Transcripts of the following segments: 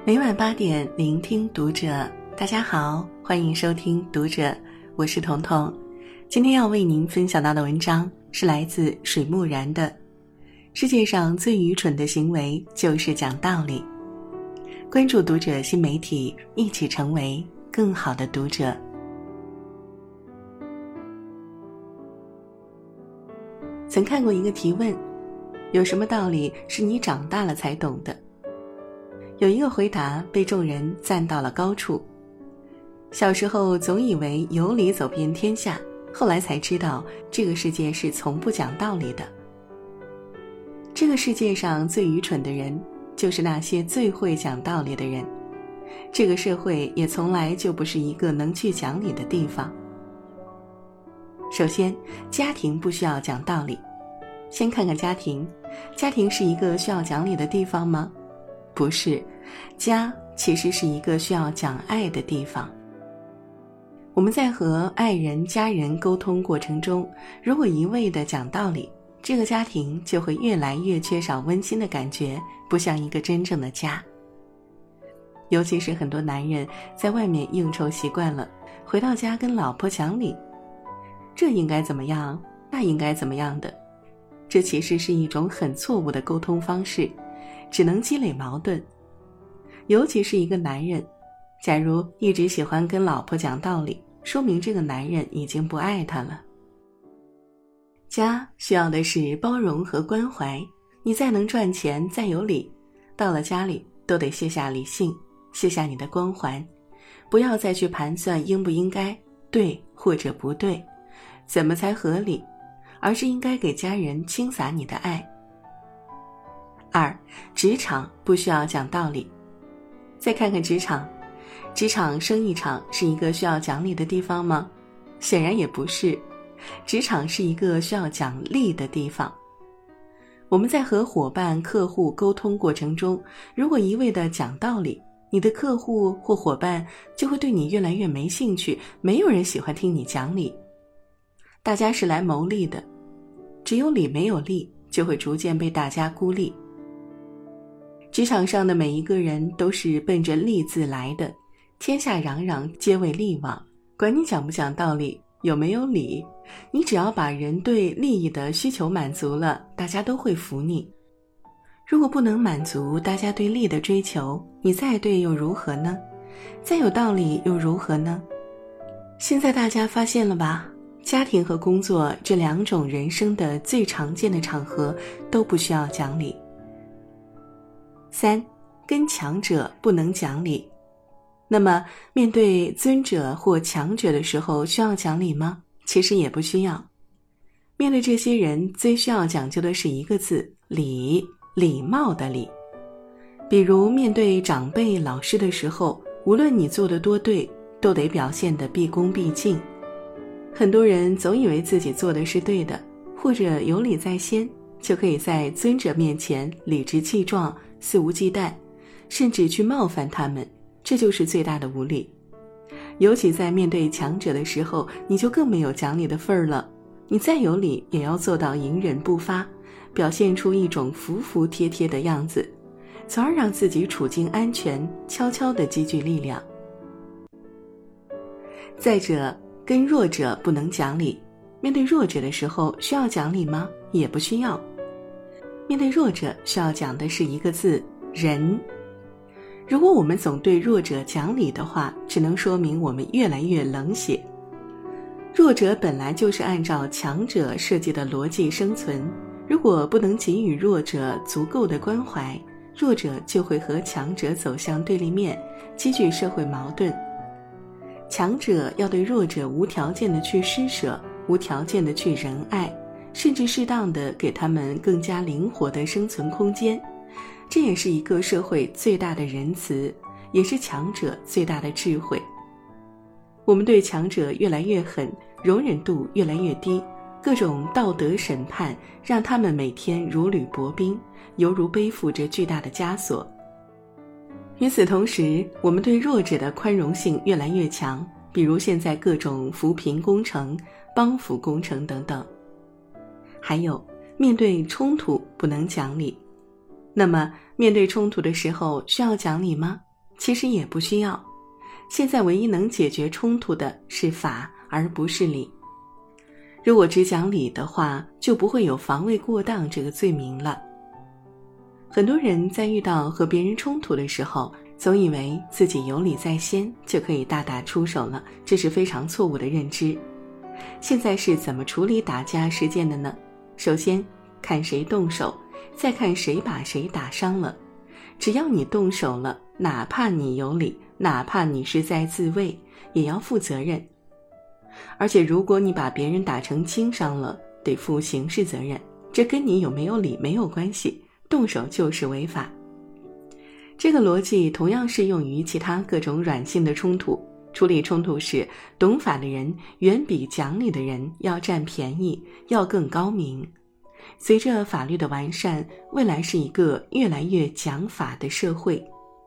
每晚8点聆听读者，大家好，欢迎收听读者，我是彤彤。今天要为您分享到的文章是来自水木然的世界上最愚蠢的行为就是讲道理。关注读者新媒体，一起成为更好的读者。曾看过一个提问，有什么道理是你长大了才懂的？有一个回答被众人赞到了高处。小时候总以为有理走遍天下，后来才知道这个世界是从不讲道理的。这个世界上最愚蠢的人，就是那些最会讲道理的人。这个社会也从来就不是一个能去讲理的地方。首先，家庭不需要讲道理。先看看家庭，家庭是一个需要讲理的地方吗？不是，家其实是一个需要讲爱的地方。我们在和爱人、家人沟通过程中，如果一味地讲道理，这个家庭就会越来越缺少温馨的感觉，不像一个真正的家。尤其是很多男人在外面应酬习惯了，回到家跟老婆讲理，这应该怎么样，那应该怎么样的，这其实是一种很错误的沟通方式，只能积累矛盾。尤其是一个男人，假如一直喜欢跟老婆讲道理，说明这个男人已经不爱她了。家需要的是包容和关怀，你再能赚钱，再有理，到了家里都得卸下理性，卸下你的光环，不要再去盘算应不应该，对或者不对，怎么才合理，而是应该给家人倾洒你的爱。2. 职场不需要讲道理。再看看职场，职场生意场是一个需要讲理的地方吗？显然也不是，职场是一个需要讲利的地方。我们在和伙伴、客户沟通过程中，如果一味地讲道理，你的客户或伙伴就会对你越来越没兴趣，没有人喜欢听你讲理。大家是来谋利的，只有理没有利，就会逐渐被大家孤立。职场上的每一个人都是奔着利字来的，天下攘攘皆为利往，管你讲不讲道理，有没有理，你只要把人对利益的需求满足了，大家都会服你。如果不能满足大家对利的追求，你再对又如何呢？再有道理又如何呢？现在大家发现了吧？家庭和工作这2种人生的最常见的场合都不需要讲理。3. 跟强者不能讲理。那么面对尊者或强者的时候需要讲理吗？其实也不需要。面对这些人最需要讲究的是一个字，礼，礼貌的礼。比如面对长辈老师的时候，无论你做得多对，都得表现得毕恭毕敬。很多人总以为自己做的是对的，或者有理在先，就可以在尊者面前理直气壮，肆无忌惮，甚至去冒犯他们，这就是最大的无礼。尤其在面对强者的时候，你就更没有讲理的份儿了。你再有理，也要做到隐忍不发，表现出一种服服帖帖的样子，从而让自己处境安全，悄悄地积聚力量。再者，跟弱者不能讲理。面对弱者的时候需要讲理吗？也不需要。面对弱者需要讲的是一个字，仁。如果我们总对弱者讲理的话，只能说明我们越来越冷血。弱者本来就是按照强者设计的逻辑生存，如果不能给予弱者足够的关怀，弱者就会和强者走向对立面，积聚社会矛盾。强者要对弱者无条件的去施舍，无条件的去仁爱，甚至适当的给他们更加灵活的生存空间，这也是一个社会最大的仁慈，也是强者最大的智慧。我们对强者越来越狠，容忍度越来越低，各种道德审判让他们每天如履薄冰，犹如背负着巨大的枷锁。与此同时，我们对弱者的宽容性越来越强，比如现在各种扶贫工程、帮扶工程等等。还有，面对冲突不能讲理。那么，面对冲突的时候需要讲理吗？ 其实也不需要。现在唯一能解决冲突的是法，而不是理。如果只讲理的话，就不会有防卫过当这个罪名了。很多人在遇到和别人冲突的时候，总以为自己有理在先，就可以大打出手了，这是非常错误的认知。现在是怎么处理打架事件的呢？首先看谁动手，再看谁把谁打伤了。只要你动手了，哪怕你有理，哪怕你是在自卫，也要负责任。而且如果你把别人打成轻伤了，得负刑事责任，这跟你有没有理没有关系，动手就是违法。这个逻辑同样适用于其他各种软性的冲突。处理冲突时，懂法的人远比讲理的人要占便宜，要更高明。随着法律的完善，未来是一个越来越讲法的社会。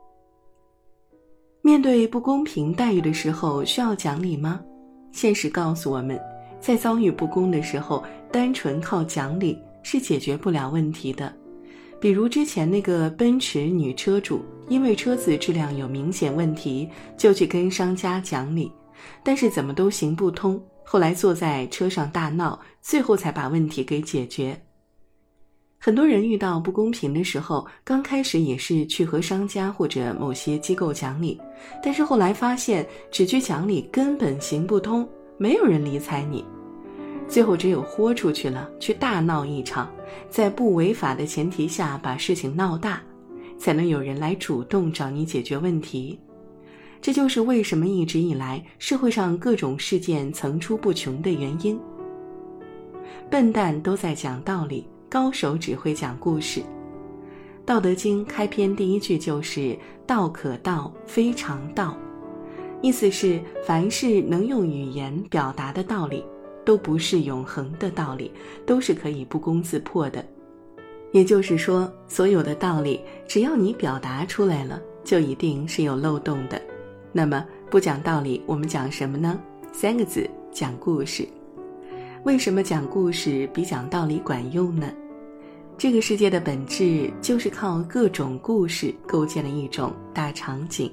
面对不公平待遇的时候，需要讲理吗？现实告诉我们，在遭遇不公的时候，单纯靠讲理是解决不了问题的。比如之前那个奔驰女车主，因为车子质量有明显问题，就去跟商家讲理，但是怎么都行不通，后来坐在车上大闹，最后才把问题给解决。很多人遇到不公平的时候，刚开始也是去和商家或者某些机构讲理，但是后来发现只去讲理根本行不通，没有人理睬你，最后只有豁出去了，去大闹一场，在不违法的前提下把事情闹大，才能有人来主动找你解决问题。这就是为什么一直以来社会上各种事件层出不穷的原因。笨蛋都在讲道理，高手只会讲故事。道德经开篇第一句就是道可道，非常道，意思是凡是能用语言表达的道理，都不是永恒的道理，都是可以不攻自破的。也就是说，所有的道理只要你表达出来了，就一定是有漏洞的。那么不讲道理，我们讲什么呢？3个字，讲故事。为什么讲故事比讲道理管用呢？这个世界的本质就是靠各种故事构建了一种大场景。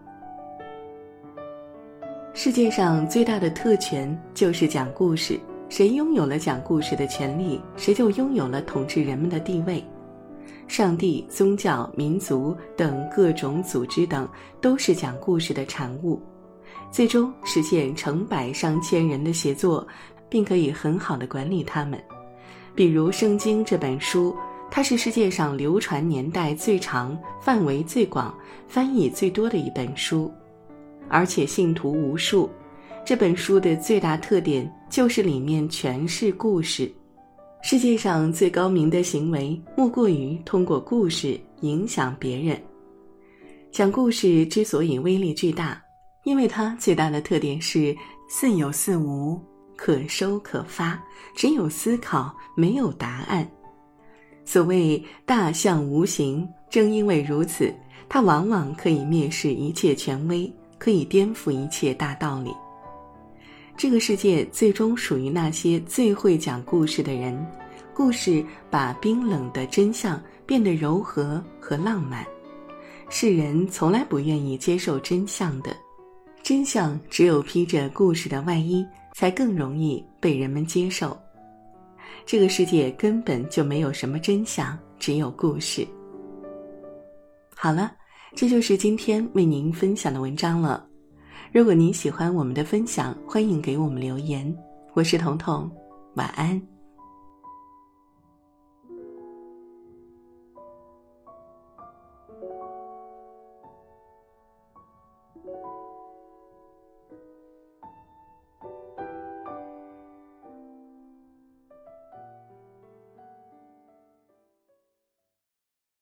世界上最大的特权就是讲故事，谁拥有了讲故事的权利，谁就拥有了统治人们的地位。上帝、宗教、民族等各种组织等都是讲故事的产物，最终实现成百上千人的协作，并可以很好地管理他们。比如《圣经》这本书，它是世界上流传年代最长、范围最广、翻译最多的一本书，而且信徒无数。这本书的最大特点就是里面全是故事。世界上最高明的行为，莫过于通过故事影响别人。讲故事之所以威力巨大，因为它最大的特点是似有似无，可收可发，只有思考，没有答案。所谓大象无形，正因为如此，它往往可以蔑视一切权威，可以颠覆一切大道理。这个世界最终属于那些最会讲故事的人，故事把冰冷的真相变得柔和和浪漫。世人从来不愿意接受真相的，真相只有披着故事的外衣，才更容易被人们接受。这个世界根本就没有什么真相，只有故事。好了，这就是今天为您分享的文章了。如果您喜欢我们的分享，欢迎给我们留言。我是彤彤，晚安。